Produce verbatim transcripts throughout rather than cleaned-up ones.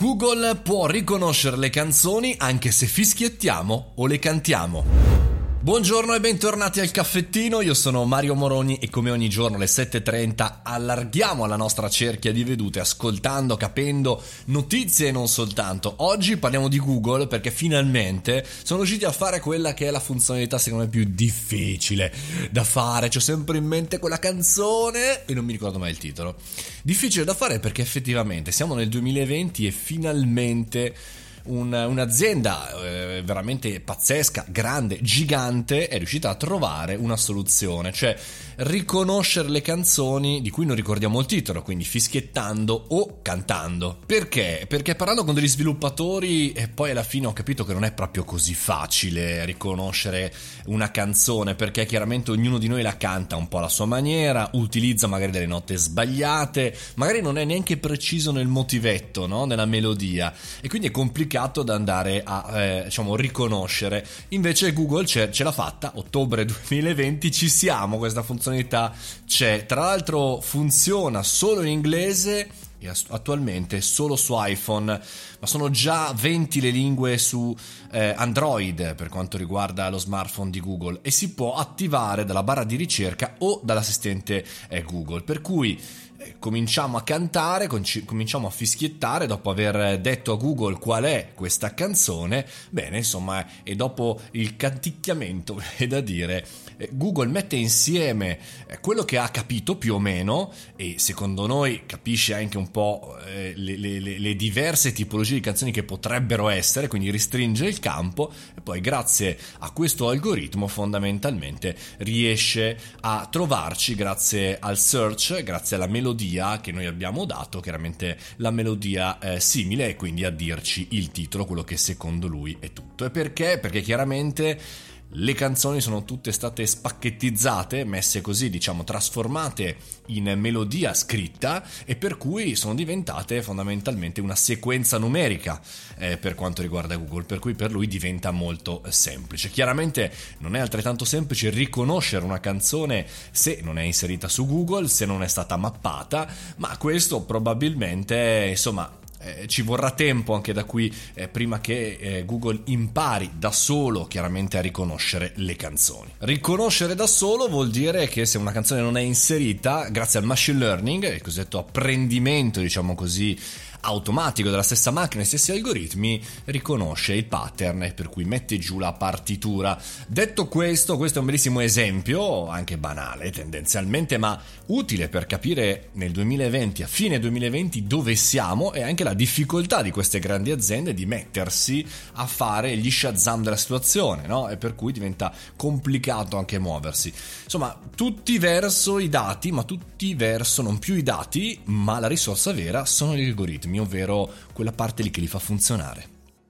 Google può riconoscere le canzoni anche se fischiettiamo o le cantiamo. Buongiorno e bentornati al caffettino, io sono Mario Moroni e come ogni giorno alle sette e trenta allarghiamo la nostra cerchia di vedute ascoltando, capendo notizie e non soltanto. Oggi parliamo di Google perché finalmente sono riusciti a fare quella che è la funzionalità secondo me più difficile da fare. C'ho sempre in mente quella canzone e non mi ricordo mai il titolo. Difficile da fare perché effettivamente siamo nel duemilaventi e finalmente Un, un'azienda eh, veramente pazzesca, grande, gigante è riuscita a trovare una soluzione, cioè riconoscere le canzoni di cui non ricordiamo il titolo, quindi fischiettando o cantando. Perché? Perché parlando con degli sviluppatori e poi alla fine ho capito che non è proprio così facile riconoscere una canzone, perché chiaramente ognuno di noi la canta un po' alla sua maniera, utilizza magari delle note sbagliate, magari non è neanche preciso nel motivetto, no? Nella melodia, e quindi è complicato da andare a eh, diciamo riconoscere. Invece Google ce, ce l'ha fatta, ottobre duemilaventi ci siamo, questa funzionalità c'è, tra l'altro funziona solo in inglese e attualmente solo su iPhone, ma sono già venti le lingue su eh, Android per quanto riguarda lo smartphone di Google, e si può attivare dalla barra di ricerca o dall'assistente eh, Google, per cui cominciamo a cantare, cominciamo a fischiettare dopo aver detto a Google qual è questa canzone. Bene, insomma, e dopo il canticchiamento è da dire, Google mette insieme quello che ha capito più o meno, e secondo noi capisce anche un po' le, le, le diverse tipologie di canzoni che potrebbero essere, quindi restringe il campo, e poi grazie a questo algoritmo fondamentalmente riesce a trovarci, grazie al search, grazie alla melodia che noi abbiamo dato, chiaramente la melodia eh, simile, e quindi a dirci il titolo, quello che secondo lui è tutto. E perché? Perché chiaramente le canzoni sono tutte state spacchettizzate, messe così, diciamo, trasformate in melodia scritta, e per cui sono diventate fondamentalmente una sequenza numerica eh, per quanto riguarda Google, per cui per lui diventa molto semplice. Chiaramente non è altrettanto semplice riconoscere una canzone se non è inserita su Google, se non è stata mappata, ma questo probabilmente, insomma, Eh, ci vorrà tempo anche da qui eh, prima che eh, Google impari da solo chiaramente a riconoscere le canzoni. Riconoscere da solo vuol dire che se una canzone non è inserita, grazie al machine learning, il cosiddetto apprendimento, diciamo così, automatico della stessa macchina, i stessi algoritmi, riconosce il pattern, per cui mette giù la partitura. Detto questo, questo è un bellissimo esempio, anche banale tendenzialmente, ma utile per capire nel duemilaventi, a fine duemilaventi, dove siamo e anche la difficoltà di queste grandi aziende di mettersi a fare gli Shazam della situazione, no? E per cui diventa complicato anche muoversi. Insomma, tutti verso i dati, ma tutti verso non più i dati, ma la risorsa vera sono gli algoritmi, ovvero quella parte lì che li fa funzionare.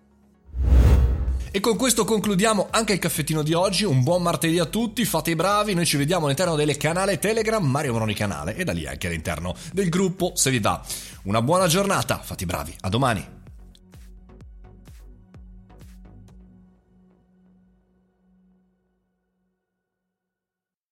E con questo concludiamo anche il caffettino di oggi. Un buon martedì a tutti, fate i bravi, noi ci vediamo all'interno del canale Telegram Mario Moroni Canale, e da lì anche all'interno del gruppo se vi va. Una buona giornata, fate i bravi, a domani.